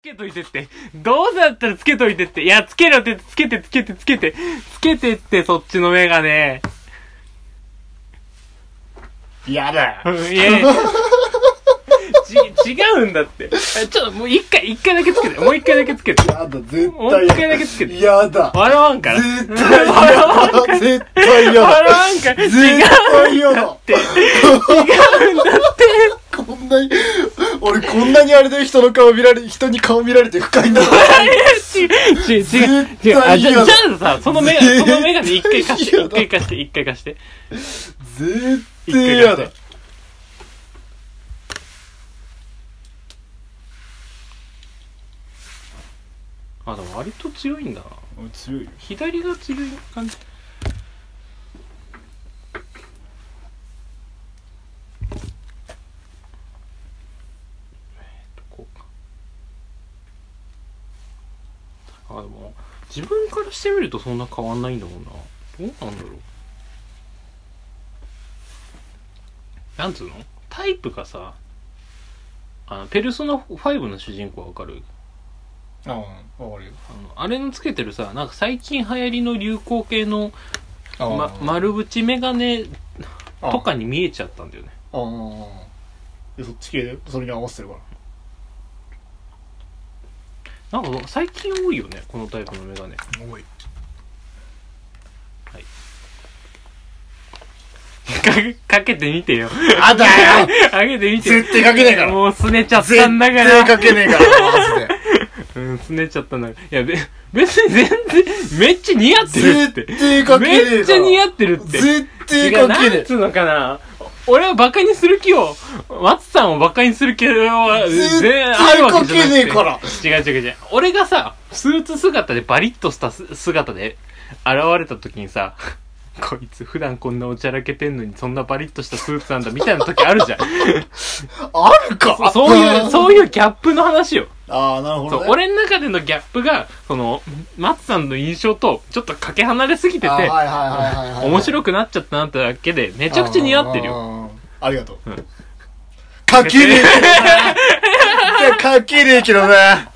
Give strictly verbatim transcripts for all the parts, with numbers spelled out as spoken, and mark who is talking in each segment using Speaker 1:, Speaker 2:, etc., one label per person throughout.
Speaker 1: けといてって。どうだったらつけといてって。いや、つけろって、つけてつけてつけて。つけてって、そっちのメガネ。
Speaker 2: やだよ。
Speaker 1: いやいや。ち、違うんだって。ちょっともう一回、一回だけつけて。もう一回だけつけて。
Speaker 2: やだ、絶対やだ。
Speaker 1: もう一回だけつけて。
Speaker 2: やだ。
Speaker 1: 笑わんから。
Speaker 2: 絶対やだ。絶対やだ。
Speaker 1: 笑わんから。
Speaker 2: 絶対やだ。
Speaker 1: って。違うんだって。
Speaker 2: こんなに、俺こんなにあれで人の顔見られ、人に顔見られて不快なの。
Speaker 1: 違う、違う、違う、違う。あ、じゃ、じゃあさ、そのメガネ、そのメガネ一回貸して、一回貸して、一回貸して。
Speaker 2: 絶対やだ。
Speaker 1: あ、でも割と強いんだな。
Speaker 2: 強いよ。
Speaker 1: 左が強い感じ。あ、でも自分からしてみるとそんな変わんないんだもんな。どうなんだろう。なんつうの？タイプがさ、あのペルソナファイブの主人公わかる？
Speaker 2: ああ、わかるよ。
Speaker 1: あのあれのつけてるさ、なんか最近流行りの流行系の、ま、丸縁メガネとかに見えちゃったんだよね。
Speaker 2: ああ、そっち系でそれに合わせてるから。
Speaker 1: なんか最近多いよね、このタイプのメガネ。
Speaker 2: 多い。
Speaker 1: はい。か, かけてみてよ。
Speaker 2: あだよ
Speaker 1: かけてみてよ。
Speaker 2: 絶対かけねえから。
Speaker 1: もうすねちゃったんだから。
Speaker 2: 絶対かけねえから、マジで。
Speaker 1: うん、すねちゃったんだから。いや、べ、別に全然、めっちゃ似合ってるって。
Speaker 2: 絶対かけねえから。
Speaker 1: めっちゃ似合ってるって。
Speaker 2: 絶対かけねえ。
Speaker 1: なんつうのかな。俺はバカにする気を、松さんをバカにする気は全然あるわけじゃなくて。絶対かけねえから。違う違う違う。俺がさ、スーツ姿でバリッとした姿で現れた時にさ、こいつ普段こんなおちゃらけてんのにそんなバリッとしたスーツなんだみたいな時あるじゃん。
Speaker 2: あるか
Speaker 1: そそういう、そういうギャップの話よ。
Speaker 2: ああ、なるほど、ね。
Speaker 1: そう、俺の中でのギャップが、その、松さんの印象とちょっとかけ離れすぎてて、面白くなっちゃったなってだけで、めちゃくちゃ似合ってるよ。
Speaker 2: ありがとう。うん、かけねえけどね。かけねえけどね。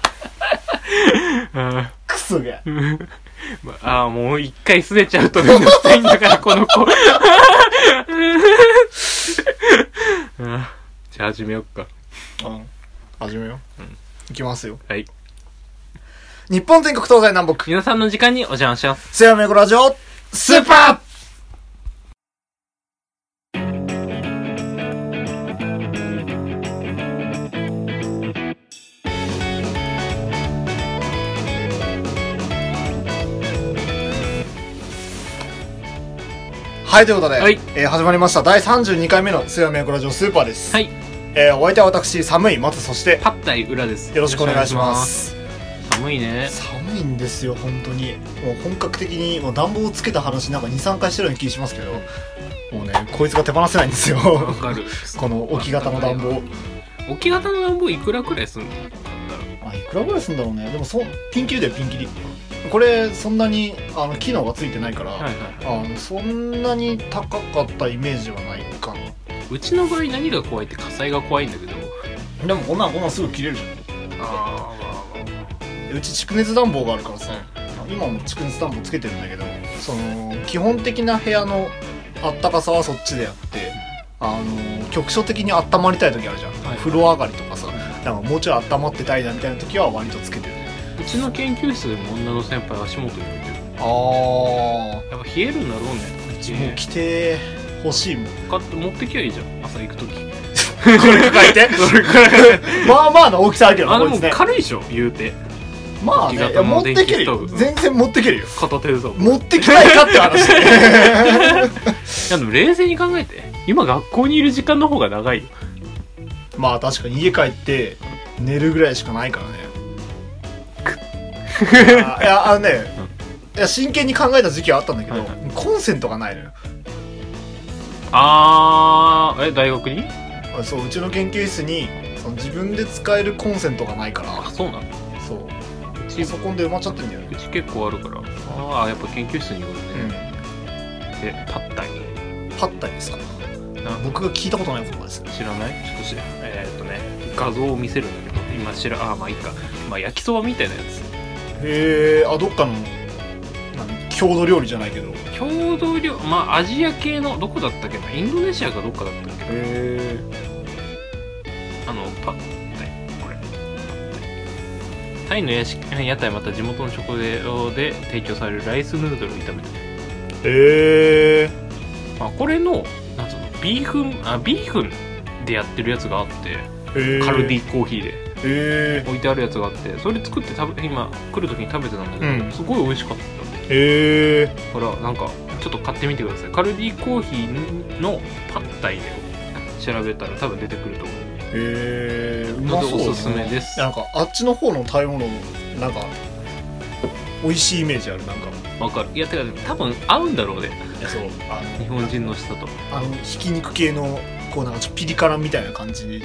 Speaker 2: クソが。
Speaker 1: ああ、もう一回すねちゃうとめんどくさいんだから、この子。じゃあ始めよっか。
Speaker 2: うん。始めよう。うん。いきますよ。
Speaker 1: はい。
Speaker 2: 日本全国東西南北。
Speaker 1: 皆さんの時間にお邪魔します。
Speaker 2: せやめこラジオ、スーパーはい、ということで、はい、えー、始まりましただいさんじゅうにかいめのせやめこラジオスーパーです。
Speaker 1: はい。
Speaker 2: えー、お相手は私、寒い松、そして
Speaker 1: パッタイ裏です。
Speaker 2: よろしくお願いします。
Speaker 1: 寒いね。
Speaker 2: 寒いんですよ、本当に。もう本格的にもう暖房をつけた話なんかに、さんかいしてるような気がしますけど、もうね、こいつが手放せないんですよ。
Speaker 1: わかる。
Speaker 2: この置き型の暖房。
Speaker 1: 置き型の暖房いくらくらいすんの？
Speaker 2: あ、いくらくらいすんだろうね。でもそピンキリだよ、ピンキリ。これそんなにあの機能がついてないから、はいはいはい、あのそんなに高かったイメージはないかな。
Speaker 1: うちの場合何が怖いって火災が怖いんだけど。
Speaker 2: でもこんなんこんなんすぐ切れるじゃん。ああ、うち蓄熱暖房があるからさ、うん、今も蓄熱暖房つけてるんだけど、その基本的な部屋のあったかさはそっちでやって、あの局所的に温まりたい時あるじゃん、はいはい、風呂上がりとかさ、だからもうちょい温まってたいなみたいな時は割とつけてる。
Speaker 1: うちの研究室でも女の先輩足元に置いてる。
Speaker 2: ああ、
Speaker 1: やっぱ冷えるんだろうね。
Speaker 2: うちもう着て欲しいもん。
Speaker 1: 買って持ってきゃいいじゃん、朝行く時。こ
Speaker 2: れ抱えてまあまあの大きさあるけど、
Speaker 1: あ、でも軽いでしょ言うて。
Speaker 2: まあね、いや持ってけるよ、全然持ってけるよ。
Speaker 1: 片手でさ
Speaker 2: 持ってきたいかって話で。
Speaker 1: いやでも冷静に考えて、今学校にいる時間の方が長いよ。
Speaker 2: まあ確かに家帰って寝るぐらいしかないからね。いや、あのね、うん、いや真剣に考えた時期はあったんだけど、はいはい、コンセントがないのよ。
Speaker 1: あー、え、大学に？
Speaker 2: そう、うちの研究室にその自分で使えるコンセントがないから。
Speaker 1: あ、そうなの？
Speaker 2: そう。うちパソコンで埋まっちゃってんだよね。
Speaker 1: うち結構あるから。ああ、やっぱ研究室によるね。うん、で、パッタイ。
Speaker 2: パッタイですか？僕が聞いたことない言葉です。
Speaker 1: 知らない？ちょっとし、えー、っとね、画像を見せるんだけど、 今知らあまあいいか、まあ焼きそばみたいなやつ。
Speaker 2: へえ、あどっかの郷土料理じゃないけど。
Speaker 1: 郷土料まあアジア系のどこだったっけな、インドネシアかどっかだったっけ。へ
Speaker 2: え。
Speaker 1: あのパッタイこれタイの屋敷屋台また地元の食堂で提供されるライスヌードルを炒めて。
Speaker 2: へえ。
Speaker 1: まあこれのなんつうのビーフンあビーフンでやってるやつがあって、カルディコーヒーで
Speaker 2: へ
Speaker 1: 置いてあるやつがあって、それ作って食べ今来る時に食べてたんだけど、うん、すごい美味しかった。
Speaker 2: へえ。
Speaker 1: だからなんかちょっと買ってみてください。カルディコーヒーのパッタイで調べたら多分出てくると思う。
Speaker 2: へえ、うまそう。
Speaker 1: おすすめです。
Speaker 2: なんかあっちの方の食べ物なんか美味しいイメージある。なんか
Speaker 1: わかる。いやてか多分合うんだろうね。
Speaker 2: そうあの
Speaker 1: 日本人の舌と
Speaker 2: あのひき肉系のこうなんかちょっとピリ辛みたいな感じでいい。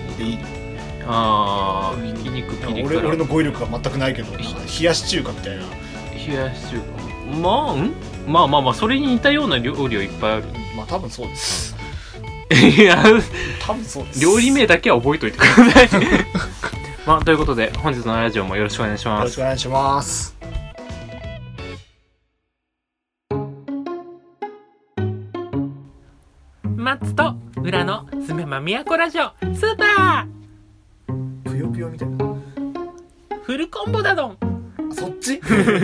Speaker 1: ああ、ひき肉ピリ辛。
Speaker 2: 俺俺の語彙力が全くないけど、冷やし中華みたいな。
Speaker 1: 冷やし中華。まあんまあまあまあそれに似たような料理はいっぱいある。
Speaker 2: まあ多分そうです。
Speaker 1: いや
Speaker 2: 多分そうです。
Speaker 1: 料理名だけは覚えといてください。まあということで本日のラジオもよろしくお願いします。
Speaker 2: よろしくお願いします。
Speaker 1: マッツと裏のすめま都ラジオスーパ
Speaker 2: ーぷよぷよみたいな
Speaker 1: フルコンボだどん。
Speaker 2: そっち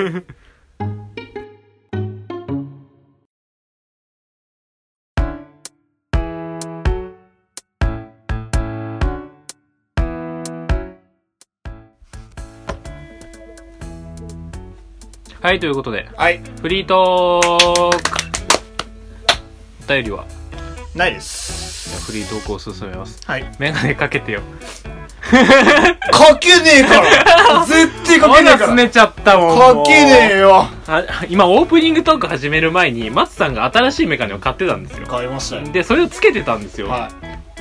Speaker 1: はいということで、
Speaker 2: はい、
Speaker 1: フリートークお便りは
Speaker 2: ないです。
Speaker 1: フリートークを進めます。
Speaker 2: はい。
Speaker 1: メガネかけてよ。
Speaker 2: かけねえから絶対かけねえから。まだ
Speaker 1: すねちゃったもん。
Speaker 2: かけねえよ。
Speaker 1: あ今オープニングトーク始める前に松さんが新しいメガネを買ってたんですよ。
Speaker 2: 買いましたよ。
Speaker 1: でそれをつけてたんですよ。
Speaker 2: はい。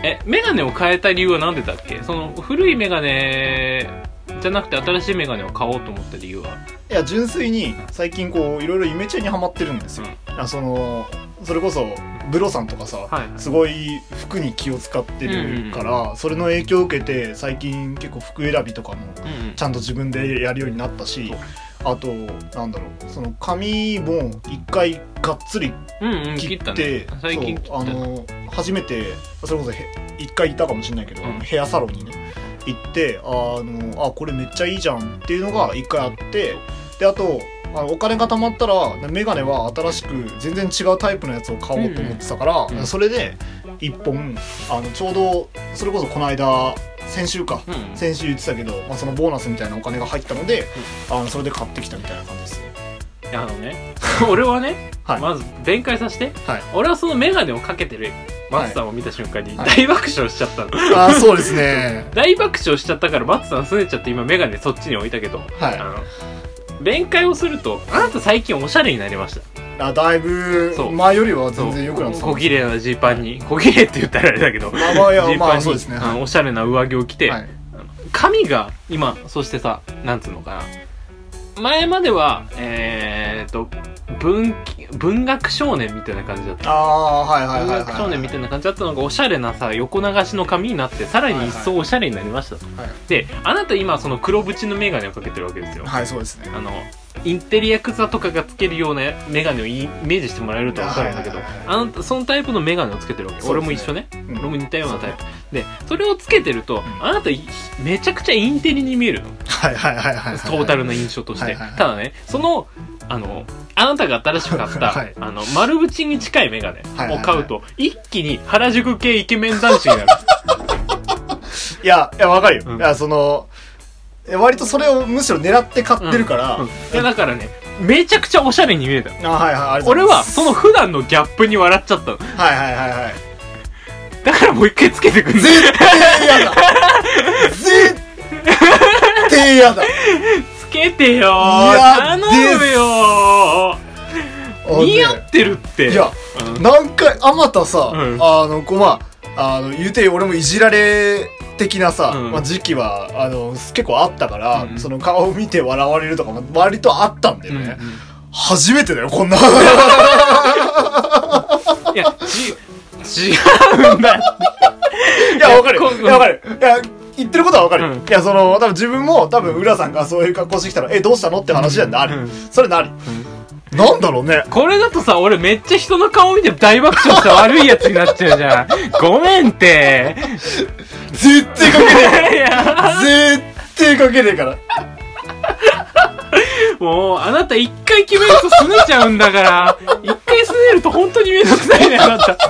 Speaker 1: えメガネを変えた理由は何でだっけ？その古いメガネじゃなくて新しいメガネを買おうと思った理由は？
Speaker 2: いや純粋に最近こういろいろイメチェンにハマってるんですよ。うん、あそのそれこそブロさんとかさ、はいはい、すごい服に気を使ってるから、うんうんうん、それの影響を受けて最近結構服選びとかもちゃんと自分でやるようになったし、うんうん、あとなんだろうその髪も一回がっつり切って、うんうんね、最近切ったあの初めてそれこそ一回行ったかもしれないけど、うん、ヘアサロンにね行ってあのあこれめっちゃいいじゃんっていうのが一回あって、であとあのお金が貯まったらメガネは新しく全然違うタイプのやつを買おうと思ってたから、うんうん、それでいっぽんあのちょうどそれこそこの間先週か、うん、先週言ってたけど、まあ、そのボーナスみたいなお金が入ったので、うん、あのそれで買ってきたみたいな感じですね。
Speaker 1: あのね俺はね、はい、まず弁解させて、はい、俺はそのメガネをかけてる松さんを見た瞬間に大爆笑しちゃったの、
Speaker 2: はい、ああそうですね
Speaker 1: 大爆笑しちゃったから松さんすねちゃって今メガネそっちに置いたけど、はい、あの弁解をするとあなた最近おしゃれになりました。
Speaker 2: あだいぶ前よりは全然良くなってた。
Speaker 1: 小綺麗なジーパンに、はい、小綺麗って言ったらあれだけど、
Speaker 2: まあまあいやまあそうですね、
Speaker 1: はい、おしゃれな上着を着て、はい、髪が今そしてさなんつうのかな前まではえーと文文学少年みたいな感じだった。
Speaker 2: ああはいはいはい、はい、
Speaker 1: 文学少年みたいな感じだったのがおしゃれなさ横流しの髪になってさらに一層おしゃれになりましたと、はいはい、であなた今その黒縁のメガネをかけてるわけですよ。
Speaker 2: はいそうですね。あの
Speaker 1: インテリアクザとかがつけるようなメガネをイメージしてもらえると分かるんだけど、あのそのタイプのメガネをつけてるわけ、ね、俺も一緒ね、うん、俺も似たようなタイプ そ, で、ね、それをつけてると、うん、あなためちゃくちゃインテリに見えるの。
Speaker 2: はいはいはいはい、はい、
Speaker 1: トータルな印象として、はいはいはい、ただねそのあのあなたが新しく買った、はい、あの丸縁に近いメガネを買うと、はいはいはい、一気に原宿系イケメン男子になる。
Speaker 2: いやいや分かるよ、うん、いやその割とそれをむしろ狙って買ってるから、うんうん、い
Speaker 1: やだからねめちゃくちゃおしゃれに見えた。
Speaker 2: あ、はいはい、あ
Speaker 1: 俺はその普段のギャップに笑っちゃったの。
Speaker 2: はいはいはいはい。
Speaker 1: だからもう一回つけてくんの。
Speaker 2: 絶対嫌だ。絶対嫌だ。
Speaker 1: つけてよー。頼むよー。似合ってるって。
Speaker 2: いや、うん、何回あまたさ、うん、あのこうまああの言うて俺もいじられ的なさ、うんまあ、時期はあの結構あったから、うん、その顔を見て笑われるとかも割とあったんだよね、うんうん、初めてだよこんな。い
Speaker 1: やち違うんだ。
Speaker 2: いやわかるいやわかるいや言ってることはわかる、
Speaker 1: うん、
Speaker 2: いやその多分自分も多分浦さんがそういう格好してきたらえどうしたのって話になる、うん、それなる、うん、なんだろうね
Speaker 1: これだとさ俺めっちゃ人の顔見て大爆笑した悪いやつになっちゃうじゃんごめんって
Speaker 2: 絶対かけねえ絶対かけねえから
Speaker 1: もうあなた一回決めるとすねちゃうんだから一回すねると本当にめんどくさいねあなたい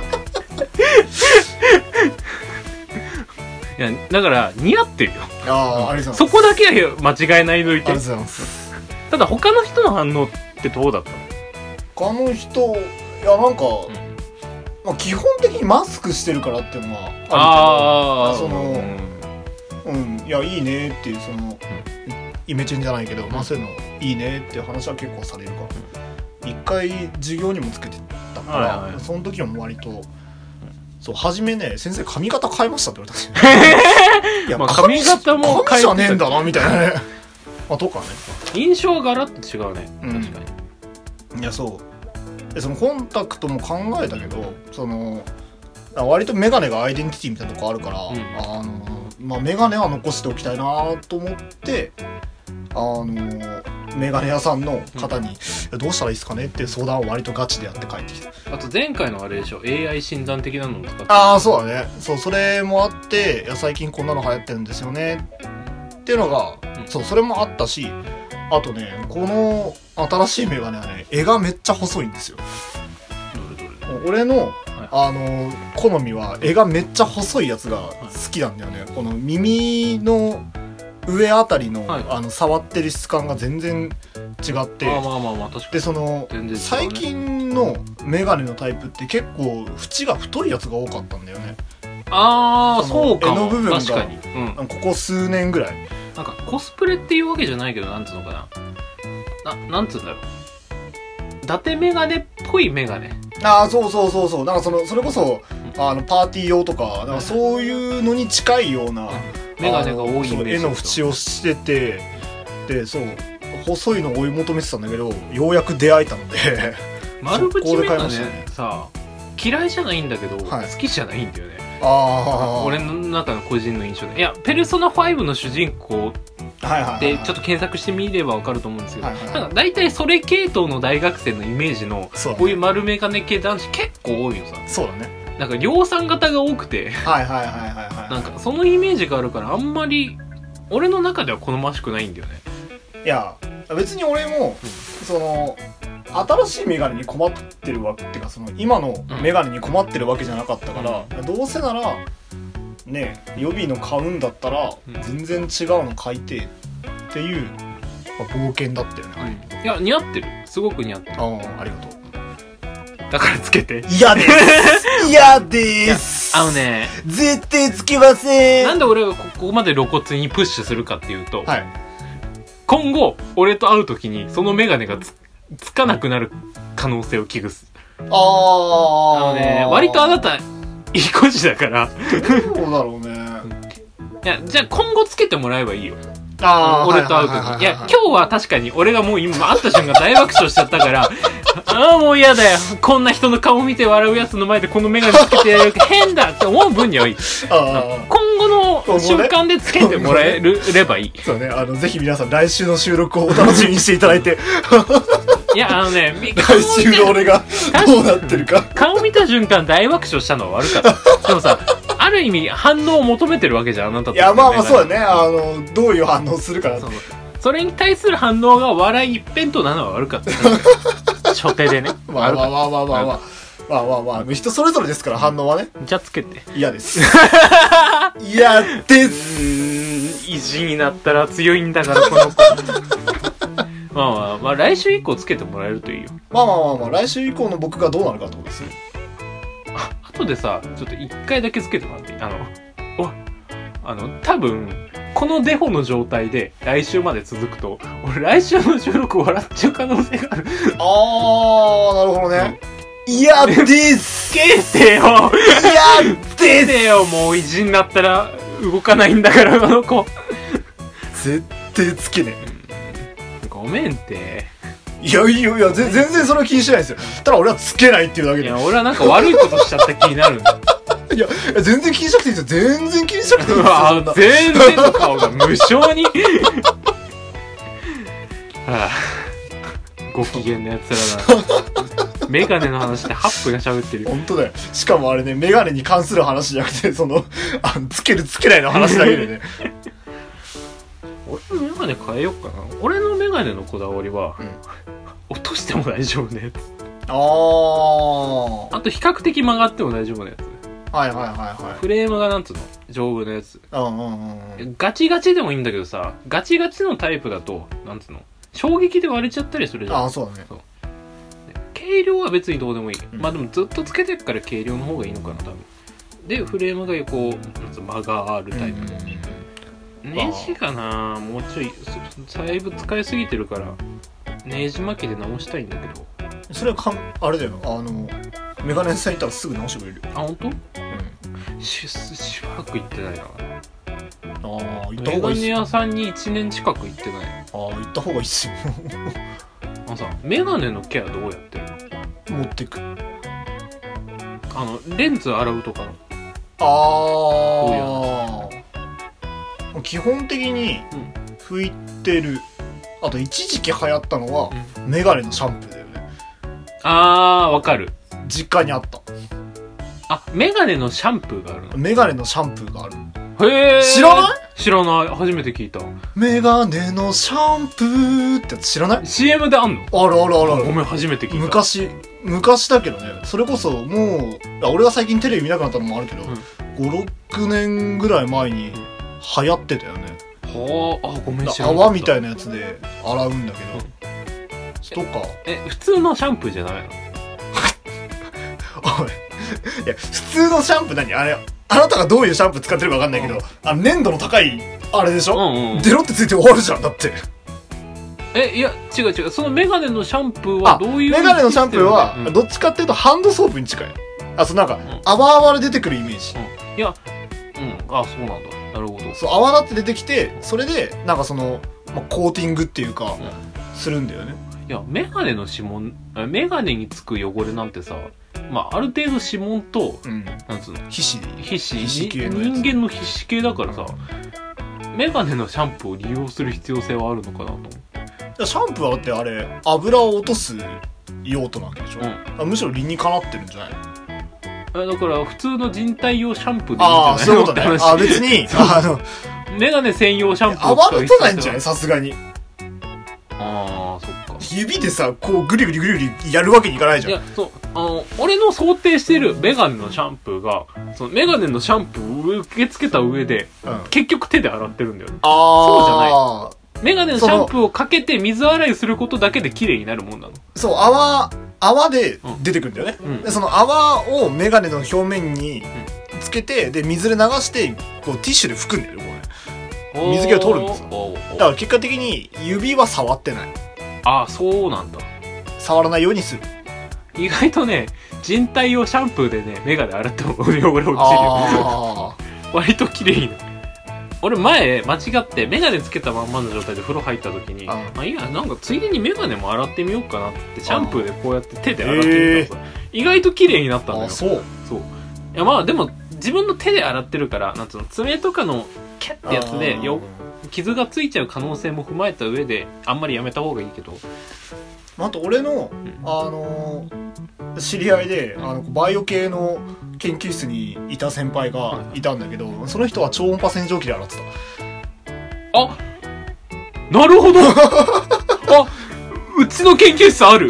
Speaker 1: やだから似合ってるよ
Speaker 2: ああありがとうございます
Speaker 1: そこだけは間違えないといて
Speaker 2: ありがとうございます
Speaker 1: ただ他の人の反応ってどうだったの
Speaker 2: 他の人いやなんか、うんまあ、基本的にマスクしてるからっていうのはあるけどあそのうん、うん、いやいいねっていうその、うん、イメチェンじゃないけど、うん、まあそういうのいいねっていう話は結構されるから、うん、一回授業にもつけてたから、はいはい、その時も割とそう初めね先生髪型変えましたって言われたんいや、まあ、髪型も髪じゃねえんだなみたいなねあとかね
Speaker 1: 印象がガラッと違うね、うん、確か
Speaker 2: にいやそうでそのコンタクトも考えたけどその割とメガネがアイデンティティみたいなとこあるから、うん、あのまあメガネは残しておきたいなと思ってあのメガネ屋さんの方に、うん、どうしたらいいですかねっていう相談を割とガチでやって帰ってきた。
Speaker 1: あと前回のあれでしょ エーアイ 診断的なのも使って
Speaker 2: ああそうだねそうそれもあっていや最近こんなの流行ってるんですよねっていうのが、うん、そうそれもあったしあとねこの新しいメガネはね絵がめっちゃ細いんですよ。どれどれ俺の、はい、あの好みは絵がめっちゃ細いやつが好きなんだよね、はい、この耳の上あたりの、はい、あの触ってる質感が全然違って
Speaker 1: あまあまあまあ確かに
Speaker 2: でその、ね、最近のメガネのタイプって結構縁が太いやつが多かったんだよね。
Speaker 1: ああそうかも
Speaker 2: 絵の部分が
Speaker 1: 確かに、うん、
Speaker 2: ここ数年ぐらい
Speaker 1: なんかコスプレっていうわけじゃないけどなんつうのかなななんつうんだろう伊達メガネっぽいメガネ
Speaker 2: ああそうそうそうそうなんかそのそれこそ、うん、あのパーティー用とかなんかそういうのに近いような、うん
Speaker 1: メガネが多いイメージ
Speaker 2: 絵の縁をしててでそう細いのを追い求めてたんだけどようやく出会えたので
Speaker 1: 丸縁メガネさ嫌いじゃないんだけど、はい、好きじゃないんだよねあ俺の中の個人の印象でいやペルソナファイブの主人公でちょっと検索してみれば分かると思うんですけど、はいはいはい、なんか大体それ系統の大学生のイメージのこういう丸メガネ系男子結構多いよさ
Speaker 2: そうだね
Speaker 1: なんか量産型が多くて
Speaker 2: はいはいはいはいはい
Speaker 1: なんかそのイメージがあるからあんまり俺の中では好ましくないんだよね。
Speaker 2: いや別に俺も、うん、その新しいメガネに困ってるわけっていうかその今のメガネに困ってるわけじゃなかったから、うん、どうせならね予備の買うんだったら、うん、全然違うの買いてっていう、まあ、冒険だったよね、
Speaker 1: うん、いや似合ってるすごく似合ってる。
Speaker 2: ああありがとう
Speaker 1: だからつけて。
Speaker 2: 嫌です嫌です
Speaker 1: あのね
Speaker 2: 絶対つけません。
Speaker 1: なんで俺がここまで露骨にプッシュするかっていうと、
Speaker 2: はい、
Speaker 1: 今後俺と会う時にそのメガネが つ, つかなくなる可能性を危惧する。
Speaker 2: ああ
Speaker 1: あのね割とあなたいい子児だから
Speaker 2: どうだろうね
Speaker 1: いやじゃあ今後つけてもらえばいいよ。
Speaker 2: あ
Speaker 1: 俺と会う時にいや今日は確かに俺がもう今会った瞬間大爆笑しちゃったからああもう嫌だよこんな人の顔見て笑うやつの前でこのメガネつけてやる変だって思う分にはいい。あ今後の瞬間でつけてもらえるればいい。
Speaker 2: そうねあのぜひ皆さん来週の収録をお楽しみにしていただいて
Speaker 1: いやあのね
Speaker 2: 来週の俺がどうなってるか
Speaker 1: 顔見た瞬間大爆笑したのは悪かったでもさある意味反応を求めてるわけじゃんあなたと。
Speaker 2: いやまあまあそうだねあのどういう反応するかなって
Speaker 1: そ, それに対する反応が笑い一辺倒なのは悪かった初手でね
Speaker 2: まあまあまあまあまあまあまあまあまあ人それぞれですから反応はね。
Speaker 1: じゃあつけて。
Speaker 2: 嫌です嫌ですう
Speaker 1: ーん意地になったら強いんだからこの子まあまあまあ来週以降つけてもらえるといいよ。
Speaker 2: まあまあまあまあ来週以降の僕がどうなるかってことですよ。
Speaker 1: あ後でさちょっと一回だけつけてもらっていいあのおあの多分このデフォの状態で来週まで続くと俺来週の収録笑っちゃう可能性がある。
Speaker 2: あーなるほどね。嫌です
Speaker 1: つけてよ
Speaker 2: 嫌です
Speaker 1: つけてよもう意地になったら動かないんだからこの子
Speaker 2: 絶対つけね
Speaker 1: え。ごめんって
Speaker 2: いやいやいや全然それは気にしないですよ。ただ俺はつけないっていうだけで。
Speaker 1: いや俺はなんか悪いことしちゃった気になるんだ
Speaker 2: いや、全然気にしなくていいですよ。全然気にしなくていいですよ。
Speaker 1: あ全然の顔が無性に。はあ、ご機嫌なやつらだな。メガネの話ではっぷんが喋ってる。
Speaker 2: 本当だよ。しかもあれね、メガネに関する話じゃなくて、その、あのつけるつけないの話だけでね。
Speaker 1: 俺のメガネ変えようかな。俺のメガネのこだわりは、うん、落としても大丈夫なやつ。ああ。あと比較的曲がっても大丈夫なやつ。
Speaker 2: はいはいはいはい。
Speaker 1: フレームがなんつうの丈夫なやつ。
Speaker 2: うんうんうんうん。
Speaker 1: ガチガチでもいいんだけどさ、ガチガチのタイプだと、なんつうの衝撃で割れちゃったりするじゃん。
Speaker 2: ああ、そうだね。そう。
Speaker 1: 軽量は別にどうでもいい。
Speaker 2: うん、
Speaker 1: まあでもずっとつけてっから軽量の方がいいのかな、多分。で、フレームがこう、なんつうの間があるタイプ。うんうんうん、ネジがなもうちょい、だいぶ使いすぎてるから、ネジ巻きで直したいんだけど。
Speaker 2: それはかん、あれだよ。あの、メガネ屋さん行ったらすぐ直してくれるよ。
Speaker 1: あ、ほんと？うん。し、しばらく行ってないな。あ
Speaker 2: あ、行った方がいいっす。
Speaker 1: メガネ屋さんにいちねん近く行ってない。
Speaker 2: ああ、行った方がいいっすよ。
Speaker 1: あのさ、メガネのケアどうやってる
Speaker 2: の？持ってく。
Speaker 1: あの、レンズ洗うとかの。
Speaker 2: ああ。基本的に拭いてる。あと一時期流行ったのは、うん、メガネのシャンプーだよね。
Speaker 1: あー、わかる。
Speaker 2: 実家にあった。
Speaker 1: あ、メガネのシャンプーがあるの？
Speaker 2: メガネのシャンプーがある。
Speaker 1: へー。
Speaker 2: 知らない？
Speaker 1: 知らない。初めて聞いた。
Speaker 2: メガネのシャンプーってやつ知らない？
Speaker 1: シーエム であんの？
Speaker 2: あるあるあるある。
Speaker 1: ごめん、初めて聞いた。
Speaker 2: 昔、昔だけどね。それこそもう、俺が最近テレビ見なくなったのもあるけど、うん、ご、ろくねんぐらい前に流行ってたよね。
Speaker 1: はあ、あ、ごめん、知らなかった。
Speaker 2: 泡みたいなやつで洗うんだけど。うん、とか。
Speaker 1: え、普通のシャンプーじゃないの？
Speaker 2: おい。いや、普通のシャンプー何？あれ、あなたがどういうシャンプー使ってるか分かんないけど、うん、あの粘度の高いあれでしょ、うんうん、デロってついて終わるじゃんだって。
Speaker 1: え、いや違う違う、そのメガネのシャンプーはどういう？
Speaker 2: メガネのシャンプーは、うん、どっちかっていうとハンドソープに近い。あ、そうなんか、うん、泡泡で出てくるイメージ、
Speaker 1: うん、いや、うん、あ、そうなんだ、なるほど。
Speaker 2: そう、泡立って出てきて、それでなんかその、まあ、コーティングっていうか、うん、するんだよね。
Speaker 1: いや、メガネの指紋、メガネにつく汚れなんてさ、まあ、ある程度指紋と、うん、なんつうの、
Speaker 2: 皮脂
Speaker 1: 皮脂
Speaker 2: 皮脂系の
Speaker 1: 人間の皮脂系だからさ、うん、メガネのシャンプーを利用する必要性はあるのかなと思う。
Speaker 2: シャンプーはだってあれ油を落とす用途なわけでしょ、うん、むしろ理にかなってるんじゃないの？
Speaker 1: だから普通の人体用シャンプーでいいんじゃないの？ああ、
Speaker 2: そういうことね。あ、別にあの
Speaker 1: メガネ専用シャンプーを
Speaker 2: 使う必要性は泡立たないんじゃない？さすがに。
Speaker 1: ああ、そっか。
Speaker 2: 指でさ、こうグリグリグリグリやるわけにいかないじゃん。
Speaker 1: いや、そう、あの、俺の想定してるメガネのシャンプーが、そのメガネのシャンプーを受け付けた上で、うん、結局手で洗ってるんだよね。ああ。そうじゃない。メガネのシャンプーをかけて水洗いすることだけで綺麗になるもんなの。
Speaker 2: そう、泡、泡で出てくるんだよね。うん、でその泡をメガネの表面につけて、で、水で流して、こうティッシュで拭くんだよね、これ。水気を取るんですよ。だから結果的に指は触ってない。
Speaker 1: ああ、そうなんだ。
Speaker 2: 触らないようにする。
Speaker 1: 意外とね、人体用シャンプーでね、メガネ洗っても汚れ落ちるよ。割と綺麗になる。俺前、間違ってメガネつけたまんまの状態で風呂入った時に、ああ、いや、なんかついでにメガネも洗ってみようかなってシャンプーでこうやって手で洗ってみたらさ、意外と綺麗になったんだよ。
Speaker 2: あ、そう。
Speaker 1: そう。いや、まあでも、自分の手で洗ってるから、なんつうの、爪とかのキャッてやつでよ、傷がついちゃう可能性も踏まえた上で、あんまりやめた方がいいけど。
Speaker 2: あと俺の、うん、あのー、知り合いで、あのバイオ系の研究室にいた先輩がいたんだけど、その人は超音波洗浄機で洗って
Speaker 1: た。あ、なるほど。あ、うちの研究室ある。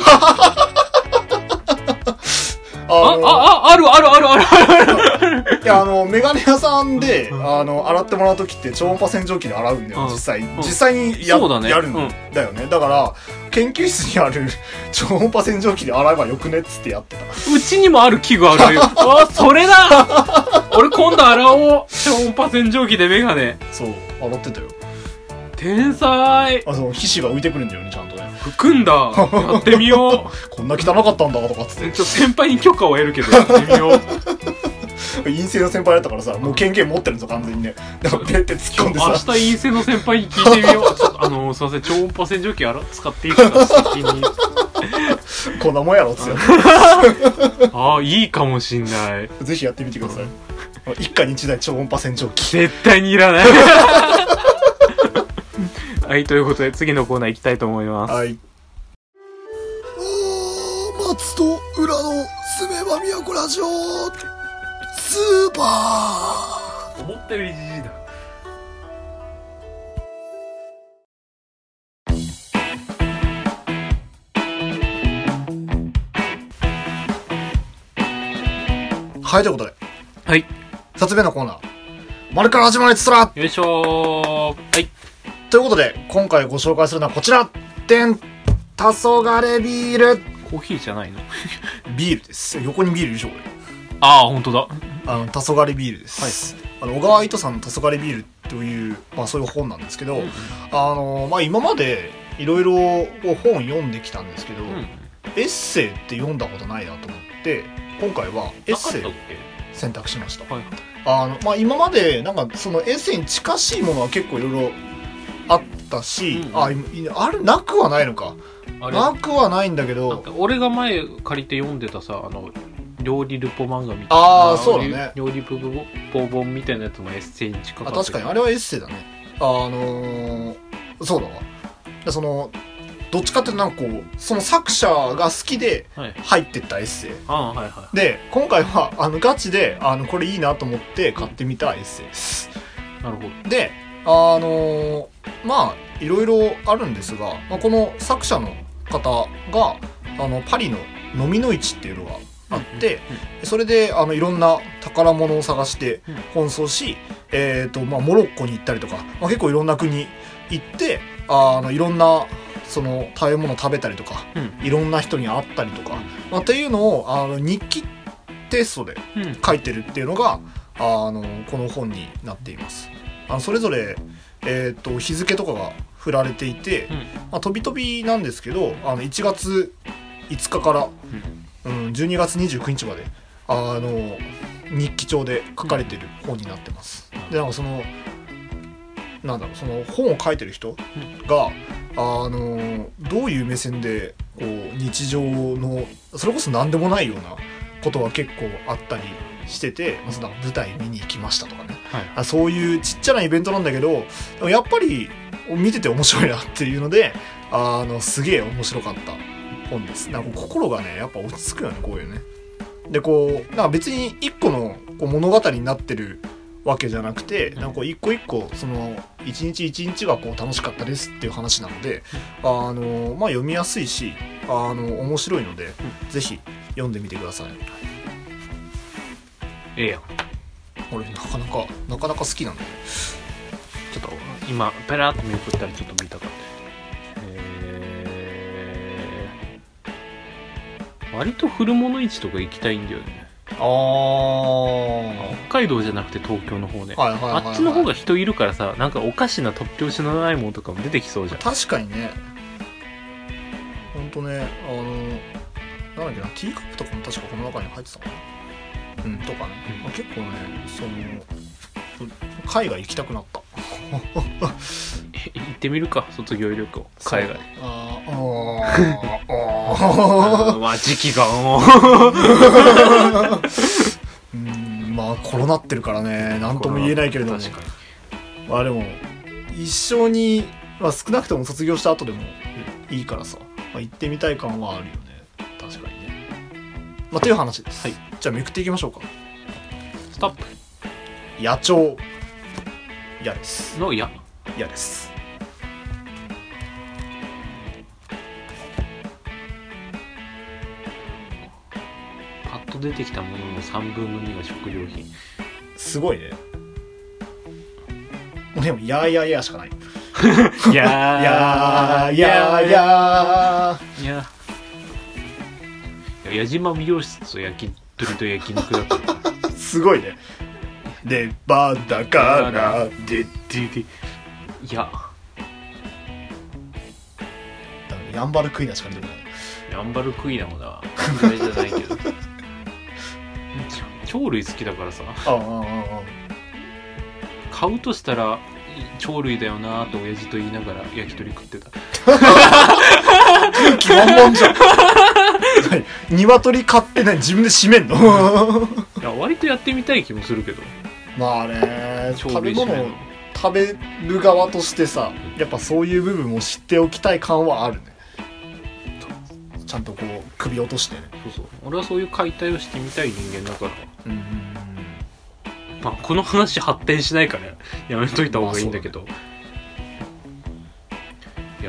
Speaker 1: ああ、あ、あるあるあるあるある。
Speaker 2: いや、あの、メガネ屋さんで、あの、洗ってもらうときって超音波洗浄機で洗うんだよ、実際。実際にや、ね、やるんだよね。だから、研究室にある超音波洗浄機で洗えばよくねっつってやってた。
Speaker 1: うちにもある器具あるよ。あ、それだ。俺今度洗おう。超音波洗浄機でメガネ。
Speaker 2: そう、洗ってたよ。
Speaker 1: 天才。
Speaker 2: あ、そう、皮脂が浮いてくるんだよね、ちゃんとね。
Speaker 1: 拭くんだ。やってみよう。
Speaker 2: こんな汚かったんだとかっつって。
Speaker 1: ちょ、先輩に許可を得るけど、やってみよう。
Speaker 2: 陰性の先輩だったからさ、もう権限持ってるんですよ、完全にね。だからペッて突っ込んでさ。
Speaker 1: 明日陰性の先輩に聞いてみよう。ちょっと、あのー、すいません、超音波洗浄機あら使っていいかな、先に。
Speaker 2: こんなもんやろっつって。
Speaker 1: ああ、いいかもしんない。
Speaker 2: ぜひやってみてください。 一家に一台超音波洗浄機。
Speaker 1: 絶対にいらないはい、ということで次のコーナー行きたいと思います。
Speaker 2: はい。
Speaker 3: 松と裏のすめば都ラジオスーパ
Speaker 1: ー。思ったよりじじいだ。
Speaker 2: はい、ということで。
Speaker 1: はい。
Speaker 2: 二つ目のコーナー。丸から始まるつら。
Speaker 1: よいしょー。はい。
Speaker 2: ということで、今回ご紹介するのはこちら。でん。黄昏ビール。
Speaker 1: コーヒーじゃないの
Speaker 2: ビールです。横にビールいるでしょ、これ。
Speaker 1: ああ、ほんとだ。
Speaker 2: あの、黄昏ビールです。はい。あの、小川糸さんの黄昏ビールという、まあそういう本なんですけど、うんうん、あの、まあ今までいろいろ本読んできたんですけど、うん、エッセイって読んだことないなと思って、今回はエッセイを選択しました。はい、あのまあ、今までなんかそのエッセイに近しいものは結構いろいろあったし、うん、ああるなくはないのかなくはないんだけど、
Speaker 1: 俺が前借りて読んでたさ、あの料理ルポ漫画みたいな、
Speaker 2: ああそうだね、
Speaker 1: 料理ルポ本みたいなやつもエッセイに近かった。
Speaker 2: あ、確かにあれはエッセイだね。あのー、そうだわ。でそのどっちかっていうとなんかこうその作者が好きで入ってったエッセイ、はい、
Speaker 1: ああはいはい、
Speaker 2: で今回はあのガチであのこれいいなと思って買ってみたエッセイです。
Speaker 1: なるほど。
Speaker 2: であのー、まあいろいろあるんですが、まあ、この作者の方があのパリの飲みの市っていうのがあって、うんうんうん、それであのいろんな宝物を探して奔走し、うん、えーとまあ、モロッコに行ったりとか、まあ、結構いろんな国行ってあのいろんなその食べ物食べたりとか、うん、いろんな人に会ったりとか、うん、まあ、っていうのをあの日記テストで書いてるっていうのが、うん、あのこの本になっています。あのそれぞれ、えー、と日付とかが振られていて、うん、まあ、飛び飛びなんですけどあのいちがついつかから、うんうん、じゅうにがつにじゅうくにちまであの日記帳で書かれてる本になってます。うん、でなんかそのなんだろうその本を書いてる人が、あのどういう目線でこう日常のそれこそ何でもないようなことは結構あったりしてて、まずなんか舞台見に行きましたとかね、はい、あそういうちっちゃなイベントなんだけどでもやっぱり見てて面白いなっていうのであのすげえ面白かった本です。なんか心がねやっぱ落ち着くよねこういうね。でこうなんか別に一個のこう物語になってるわけじゃなくて、なんかこう一個一個その一日一日がこう楽しかったですっていう話なので、あのまあ読みやすいし、あの面白いので、うん、ぜひ読んでみてください。
Speaker 1: ええやん。
Speaker 2: 俺なかなかなかなか好きなんだよ。
Speaker 1: ちょっと今ペラッと見送ったらちょっと見たかった。えー、割と古物市とか行きたいんだよね。
Speaker 2: あ
Speaker 1: 北海道じゃなくて東京の方ね、
Speaker 2: はいはいはいはい、
Speaker 1: あっちの方が人いるからさ、なんかおかしな突拍子のないものとかも出てきそうじゃん。
Speaker 2: 確かにね。ほんとね、あのなんだっけな、ティーカップとかも確かこの中に入ってたかな、うんとかね、うんまあ、結構ねその海外行きたくなった
Speaker 1: 行ってみるか、卒業旅行海外。
Speaker 2: ああ
Speaker 1: あまあ時期が
Speaker 2: うんまあコロナってるからね何とも言えないけれども、確かにまあでも一生に、まあ、少なくとも卒業した後でもいいからさ、まあ、行ってみたい感はあるよね。確かにね。まあという話です、はい、じゃあめくっていきましょうか。
Speaker 1: ストップ。
Speaker 2: 野鳥嫌です
Speaker 1: の嫌
Speaker 2: 嫌です。
Speaker 1: パッと出てきたもののさんぶんのにが食料品。
Speaker 2: すごいね。でもやーやーやーしかない
Speaker 1: やー
Speaker 2: やーやーや
Speaker 1: ーやー矢島美容室と焼き鳥と焼肉だった
Speaker 2: すごいね。でバだから
Speaker 1: でででいや
Speaker 2: ヤンバルクイナしか出てこない。
Speaker 1: ヤンバルクイナもだ嫌いじゃないけど鳥類好きだからさ、
Speaker 2: あああああ
Speaker 1: 買うとしたら鳥類だよなーと親父と言いながら焼き鳥食ってた
Speaker 2: 空気満々じゃん鶏買ってない自分で締めんの
Speaker 1: や割とやってみたい気もするけど。
Speaker 2: まあね、
Speaker 1: 超
Speaker 2: 食べ物を
Speaker 1: 美味しいね
Speaker 2: 食べる側としてさ、やっぱそういう部分を知っておきたい感はあるね。ちゃんとこう首落としてね。
Speaker 1: そうそう、俺はそういう解体をしてみたい人間だから、
Speaker 2: うんうんうん、
Speaker 1: まあこの話発展しないからやめといた方がいいんだけど、まあ、いや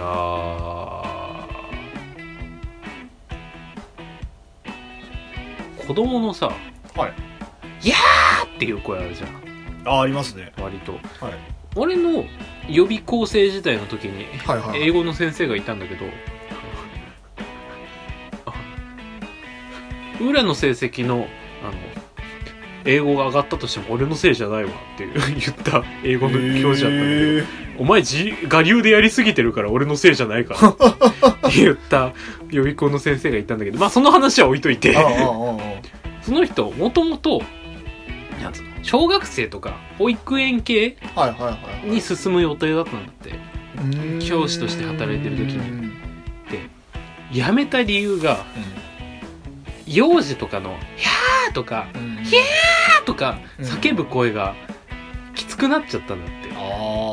Speaker 1: ー子供のさ、
Speaker 2: はい、
Speaker 1: いやーっていう声あるじゃん。
Speaker 2: あ、ありますね。
Speaker 1: 割と、
Speaker 2: はい、
Speaker 1: 俺の予備校生時代の時に、
Speaker 2: はいはい、
Speaker 1: 英語の先生がいたんだけど、裏の成績のあの英語が上がったとしても俺のせいじゃないわって言った英語の教授だったんだけど、お前自我流でやりすぎてるから俺のせいじゃないからって言った予備校の先生がいたんだけど、まあその話は置いといて、
Speaker 2: あああああ
Speaker 1: その人もともと小学生とか保育園系に進む予定だったんだって、教師として働いてる時に。で辞めた理由が、うん、幼児とかの「ヒャー」とか「ヒャー」とか叫ぶ声がきつくなっちゃったんだって。
Speaker 2: ああ、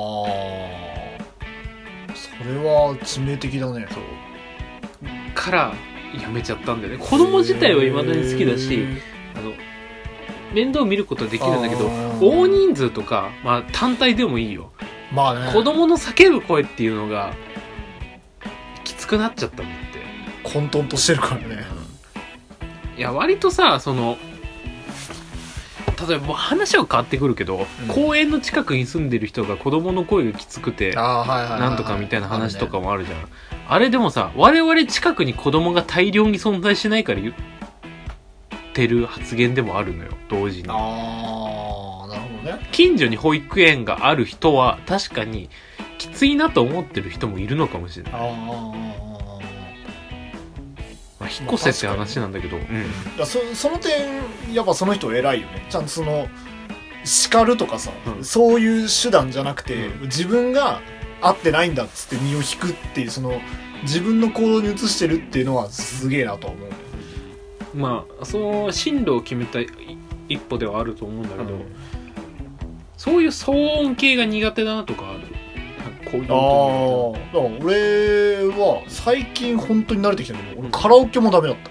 Speaker 2: それは致命的だね。
Speaker 1: そうから辞めちゃったんだよね。子供自体は未だに好きだし、あの面倒見ることはできるんだけど、大人数とか、まあ、単体でもいいよ。
Speaker 2: まあね、
Speaker 1: 子供の叫ぶ声っていうのがきつくなっちゃったんだって。
Speaker 2: 混沌としてるからね。
Speaker 1: いや割とさ、その例えば話は変わってくるけど、うん、公園の近くに住んでる人が子供の声がきつくてなんとかみたいな話とかもあるじゃん。 あ,、ね、あれでもさ、我々近くに子供が大量に存在しないから言ってる発言でもあるのよ、同時に。
Speaker 2: あー、なるほどね。
Speaker 1: 近所に保育園がある人は確かにきついなと思ってる人もいるのかもしれない。あー、まあ、引っ越せって話なんだけど、まあ、うん、い
Speaker 2: や そ, その点やっぱその人偉いよね。ちゃんとその叱るとかさ、うん、そういう手段じゃなくて、うん、自分が合ってないんだっつって身を引くっていう、その自分の行動に移してるっていうのはすげえなと思う。
Speaker 1: まあその進路を決めた一歩ではあると思うんだけど、うん、そういう騒音系が苦手だなとかある。こういう
Speaker 2: ああ、だから俺は最近本当に慣れてきたけど、俺カラオケもダメだった。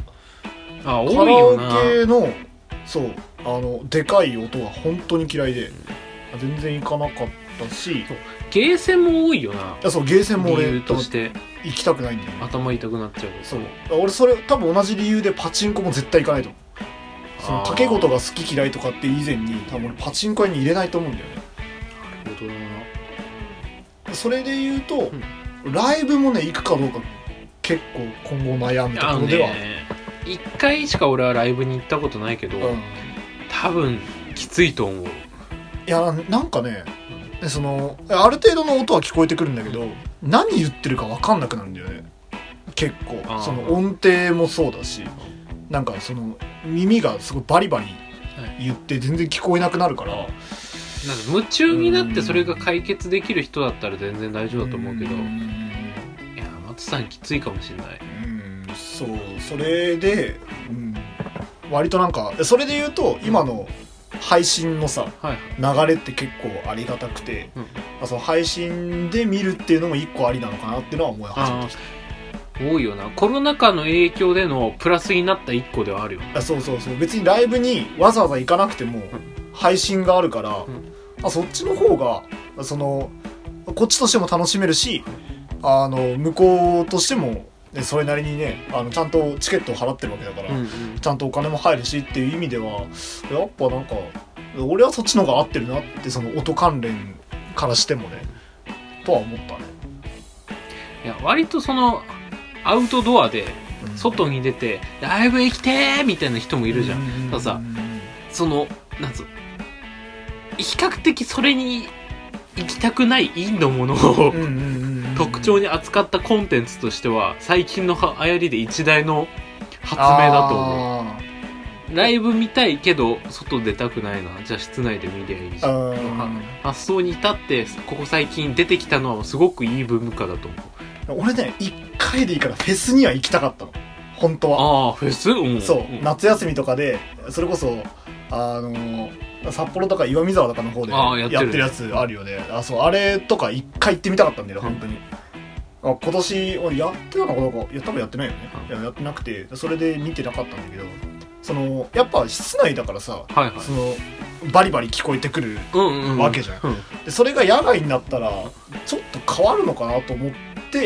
Speaker 1: あ、多いよな。
Speaker 2: カラオケのそうあのでかい音が本当に嫌いで、うん、全然行かなかったし、
Speaker 1: ゲーセンも多いよな。い
Speaker 2: や、そう、ゲーセンも俺
Speaker 1: 理由として
Speaker 2: 行きたくないんだよね。
Speaker 1: 頭痛くなっちゃう。
Speaker 2: そう、俺それ多分同じ理由でパチンコも絶対行かないと思う。その掛け事が好き嫌いとかって以前に多分俺パチンコ屋に入れないと思うんだよね。
Speaker 1: なるほどな。
Speaker 2: それで言うと、うん、ライブもね行くかどうか結構今後悩むところではある。
Speaker 1: 一回しか俺はライブに行ったことないけど、うん、多分きついと思う。い
Speaker 2: や、なんかね、うん、そのある程度の音は聞こえてくるんだけど、うん、何言ってるか分かんなくなるんだよね。結構その音程もそうだし、なんかその耳がすごいバリバリ言って全然聞こえなくなるから、はい、
Speaker 1: なんか夢中になってそれが解決できる人だったら全然大丈夫だと思うけど、いや松さんきついかもしれない。
Speaker 2: うん、そう、それで、うん、割となんかそれで言うと今の配信のさ、はい、流れって結構ありがたくて、うん、その配信で見るっていうのも一個ありなのかなっていうのは思い始めてきた。
Speaker 1: 多いよな。コロナ禍の影響でのプラスになった一個ではあるよ。
Speaker 2: あ、そうそうそう、別にライブにわざわざ行かなくても、うん、配信があるから、うん、あ、そっちの方がそのこっちとしても楽しめるし、あの向こうとしても、ね、それなりにね、あのちゃんとチケットを払ってるわけだから、うんうん、ちゃんとお金も入るしっていう意味ではやっぱなんか俺はそっちの方が合ってるなって、その音関連からしてもねとは思ったね。
Speaker 1: いや割とそのアウトドアで外に出て、うん、ライブ行きてーみたいな人もいるじゃん。うん、たださ、そのなんつう比較的それに行きたくないインのものを特徴に扱ったコンテンツとしては最近の流行りで一大の発明だと思う。ライブ見たいけど外出たくないな、じゃあ室内で見りゃいいじゃん。発想に至ってここ最近出てきたのはすごくいい文化だと思う。
Speaker 2: 俺ね、いっかいでいいからフェスには行きたかったの本当は。
Speaker 1: ああ、フェス、うん、
Speaker 2: そう、うん、夏休みとかでそれこそあの札幌とか岩見沢とかの方でやってるやつあるよね。あ、そう、あれとか一回行ってみたかったんだよ、うん、本当に。あ、今年俺やってたのかどうか、いや多分やってないよね、うん、いややってなくて、それで見てなかったんだけど、そのやっぱ室内だからさ、はいはい、そのバリバリ聞こえてくるわけじゃん、うんうんうん、でそれが野外になったらちょっと変わるのかなと思って、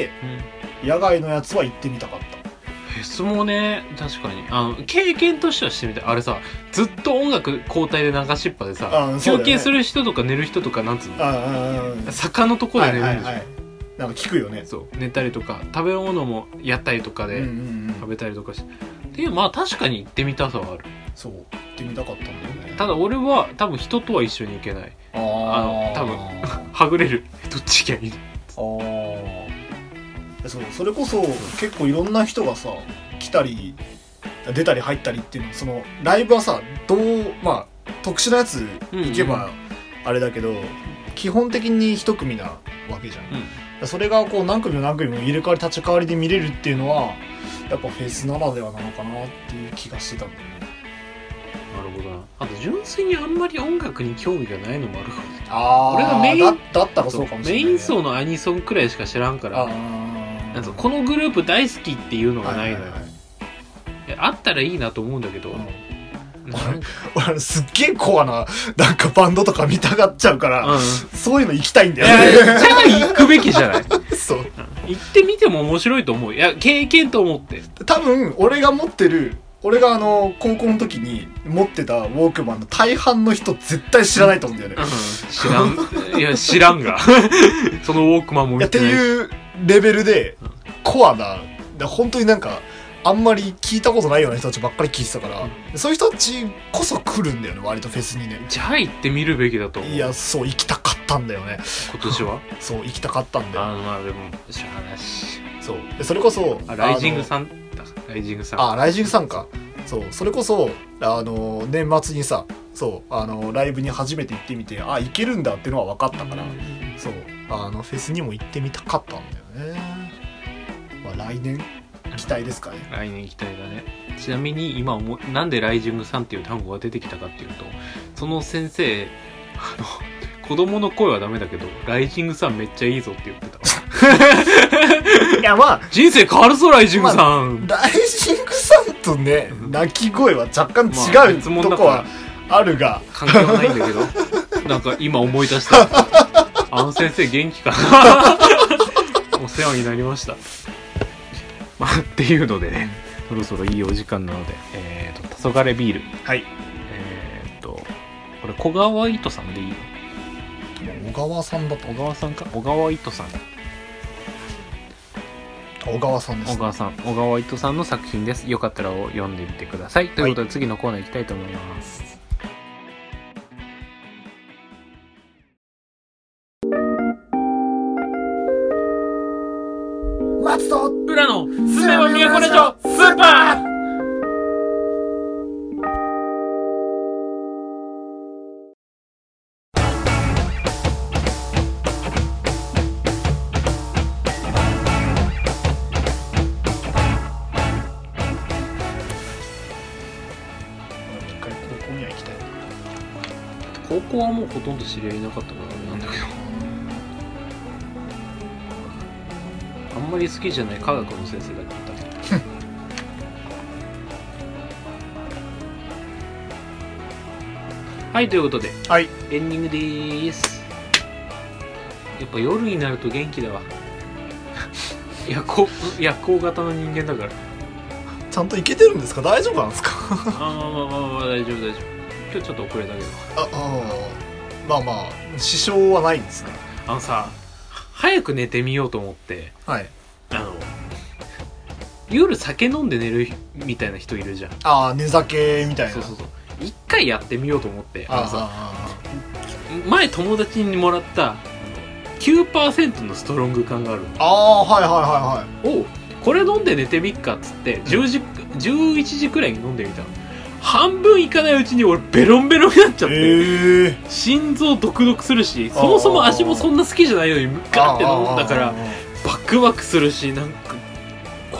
Speaker 2: うん、野外のやつは行ってみたかった。
Speaker 1: フェスもね、確かにあの経験としてはしてみたい。あれさ、ずっと音楽交代で流しっぱでさ、ね、休憩する人とか寝る人とか、なんつうの、坂のとこで寝るんでしょ、はいはいはい、
Speaker 2: なんか聞くよね。
Speaker 1: そう、寝たりとか食べ物もやったりとかで食べたりとかして、うんうんうん、っていう、まあ確かに行ってみたさはある。
Speaker 2: そう、行ってみたかったんだよね。
Speaker 1: ただ俺は多分人とは一緒に行けない。あの多分はぐれる、どっちがいい。
Speaker 2: ああ、そう、それこそ結構いろんな人がさ来たり出たり入ったりっていうの、そのライブはさ、どう、まあ特殊なやつ行けばあれだけど、うんうん、基本的に一組なわけじゃん、うん、それがこう何組も何組も入れ替わり立ち替わりで見れるっていうのはやっぱフェスならではなのかなっていう気がしてたんだよね。
Speaker 1: なるほどな。あと純粋にあんまり音楽に興味がないのもあるかもしれない。
Speaker 2: ああ、
Speaker 1: 俺がメイン
Speaker 2: だ, だったらそうかもしれない、ね、
Speaker 1: メイン層のアニソンくらいしか知らんから、あなんかこのグループ大好きっていうのがないのよ、はいはいはい、あったらいいなと思うんだけど、うん、
Speaker 2: 俺すっげえコアななんかバンドとか見たがっちゃうから、うん、そういうの行きたいんだよね。
Speaker 1: じゃあ行くべきじゃないそう、うん、行ってみても面白いと思う。いや、経験と思って。
Speaker 2: 多分俺が持ってる俺があの高校の時に持ってたウォークマンの大半の人絶対知らないと思うんだよね、うん、
Speaker 1: 知らんいや知らんがそのウォークマンも見てない
Speaker 2: っていうレベルでコアな、で本当になんかあんまり聞いたことないような人たちばっかり聞いてたから、うん、そういう人たちこそ来るんだよね、割とフェスにね。
Speaker 1: じゃあ行ってみるべきだと思う。
Speaker 2: いや、そう行きたかったんだよね
Speaker 1: 今年は
Speaker 2: そう行きたかったんだよ。
Speaker 1: あのまあでもしゃあなし。
Speaker 2: そうでそれこそ
Speaker 1: あライジングさんだ、ライジングさん、
Speaker 2: あライジングさんか。そうそれこそあの年末にさ、そうあのライブに初めて行ってみて、あ行けるんだっていうのは分かったから、そうあのフェスにも行ってみたかったんだよね。まあ、来年期待ですかね。
Speaker 1: 来年期待だね。ちなみに今思なんでライジングさんっていう単語が出てきたかっていうと、その先生あの子供の声はダメだけどライジングさんめっちゃいいぞって言ってた
Speaker 2: いやまあ
Speaker 1: 人生変わるぞライジングさん、
Speaker 2: まあ、ライジングさんとね鳴き声は若干違う、まあ、とこはあるが
Speaker 1: 関係はないんだけどなんか今思い出したあの先生元気かなお世話になりました。まあっていうのでね、そろそろいいお時間なので、えーと黄昏ビール、
Speaker 2: はい、
Speaker 1: えーとこれ小川糸さんでいいの？
Speaker 2: 小川さんだと
Speaker 1: 小川さんか小川糸さん
Speaker 2: 小川さんです、ね、
Speaker 1: 小川さん小川糸さんの作品です。よかったら読んでみてください。ということで、はい、次のコーナー行きたいと思います。
Speaker 3: 松と
Speaker 1: 浦のすめば都ラジオスーパー。高校はもうほとんど知り合いなかったからあれなんだけど、あんまり好きじゃない科学の先生だったはい、ということで、
Speaker 2: はい、
Speaker 1: エンディングでーす。やっぱ夜になると元気だわ夜行夜行型の人間だから。
Speaker 2: ちゃんといけてるんですか？大丈夫なんですか？
Speaker 1: あまあまあまあまあ大丈夫大丈夫。今日ちょっと遅れたけど。
Speaker 2: ああまあまあ支障はないんですね。
Speaker 1: あのさ、早く寝てみようと思って、
Speaker 2: はい、
Speaker 1: あの夜酒飲んで寝るみたいな人いるじゃん。
Speaker 2: ああ寝酒みたいな。
Speaker 1: そうそうそう。一回やってみようと思って、あのさ、前友達にもらったきゅうパーセント のストロング缶があるの。
Speaker 2: ああはいはいはいはい。
Speaker 1: おこれ飲んで寝てみっかっつってじゅうじ、じゅういちじくらいに飲んでみたの。半分いかないうちに俺ベロンベロンになっちゃって、えー、心臓ドクドクするし、そもそも味もそんな好きじゃないのにガーって飲んだからバクバクするし、なんか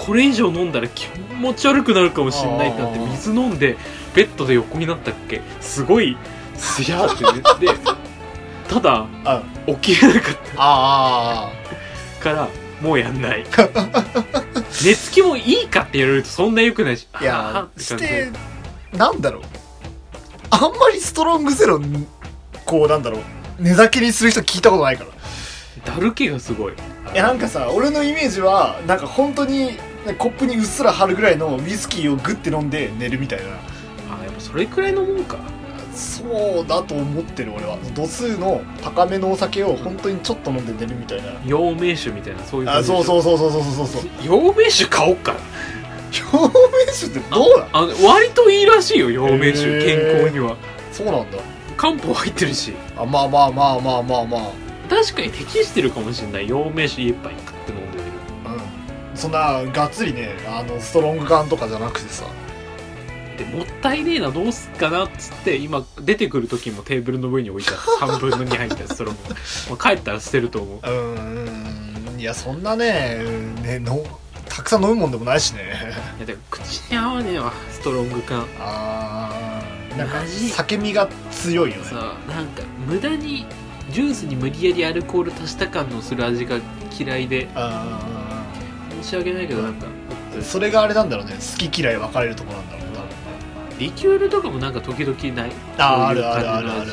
Speaker 1: これ以上飲んだら気持ち悪くなるかもしれないってなって水飲んでベッドで横になったっけすごいすやーって言ってただ起きれなかった
Speaker 2: あ
Speaker 1: からもうやんない寝つきもいいかって言われるとそんな良くないし
Speaker 2: いやしてなんだろうあんまりストロングゼロこうなんだろう寝酒にする人聞いたことないから
Speaker 1: だる気がすごい。
Speaker 2: いやなんかさ俺のイメージはなんか本当にコップにうっすら張るぐらいのウイスキーをグッて飲んで寝るみたいな。
Speaker 1: あやっぱそれくらいのもんか。
Speaker 2: そうだと思ってる俺は。度数の高めのお酒を本当にちょっと飲んで寝るみたいな。
Speaker 1: 陽明酒みたいなそういう感じ。
Speaker 2: あそうそうそうそうそうそうそう。
Speaker 1: 陽明酒買おうか。
Speaker 2: 陽明酒ってどうだ。
Speaker 1: ああ割といいらしいよ陽明酒健康には。
Speaker 2: そうなんだ。
Speaker 1: 漢方入ってるし。
Speaker 2: あまあまあまあまあまあまあ。
Speaker 1: 確かに適してるかもしれない。陽明酒一杯食って飲んでる。
Speaker 2: うん。そんながっつりねあのストロング缶とかじゃなくてさ。
Speaker 1: でもったいねえなどうすっかなっつって今出てくる時もテーブルの上に置いたさんぶんのに入ったストロング、まあ、帰ったら捨てると思う。う
Speaker 2: ーんいやそんなねねのたくさん飲むもんでもないしね。
Speaker 1: いやでも口に合わねえわストロング缶。
Speaker 2: あーなんか
Speaker 1: マジ
Speaker 2: 酒味が強いよね。
Speaker 1: さあなんか無駄にジュースに無理やりアルコール足した感のする味が嫌いで
Speaker 2: あ
Speaker 1: 申し訳ないけどなんか
Speaker 2: それがあれなんだろうね好き嫌い分かれるところなんだろうな。
Speaker 1: リキュールとかもなんか時々ない。
Speaker 2: ああるあるあるあるあるある。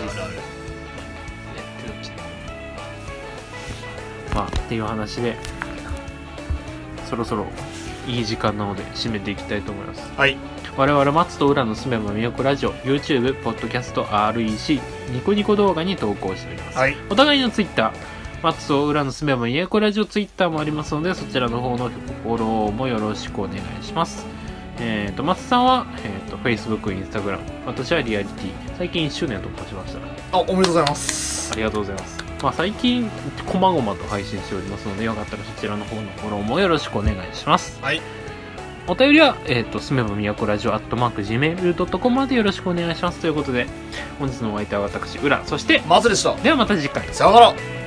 Speaker 1: まあっていう話でそろそろいい時間なので締めていきたいと思います。
Speaker 2: はい。
Speaker 1: 我々松と浦のすめば都ラジオ YouTube、ポッドキャスト、アールイーシー、ニコニコ動画に投稿しております。
Speaker 2: はい。
Speaker 1: お互いの Twitter、松と浦のすめば都ラジオ Twitter もありますのでそちらの方のフォローもよろしくお願いします。えっ、ー、と松さんは、えー、と Facebook、Instagram、私はリアリティ、最近いっしゅうねん突破しました。
Speaker 2: あ、おめでとうございます。
Speaker 1: ありがとうございます。まあ最近こまごまと配信しておりますのでよかったらそちらの方のフォローもよろしくお願いします。
Speaker 2: はい。
Speaker 1: お便りは、えっ、ー、と、すめばみやこラジオアットマーク ジーメールドットコム までよろしくお願いします。ということで、本日のお相手は私、浦、そして、
Speaker 2: 松でした。
Speaker 1: ではまた次回。
Speaker 2: さよなら。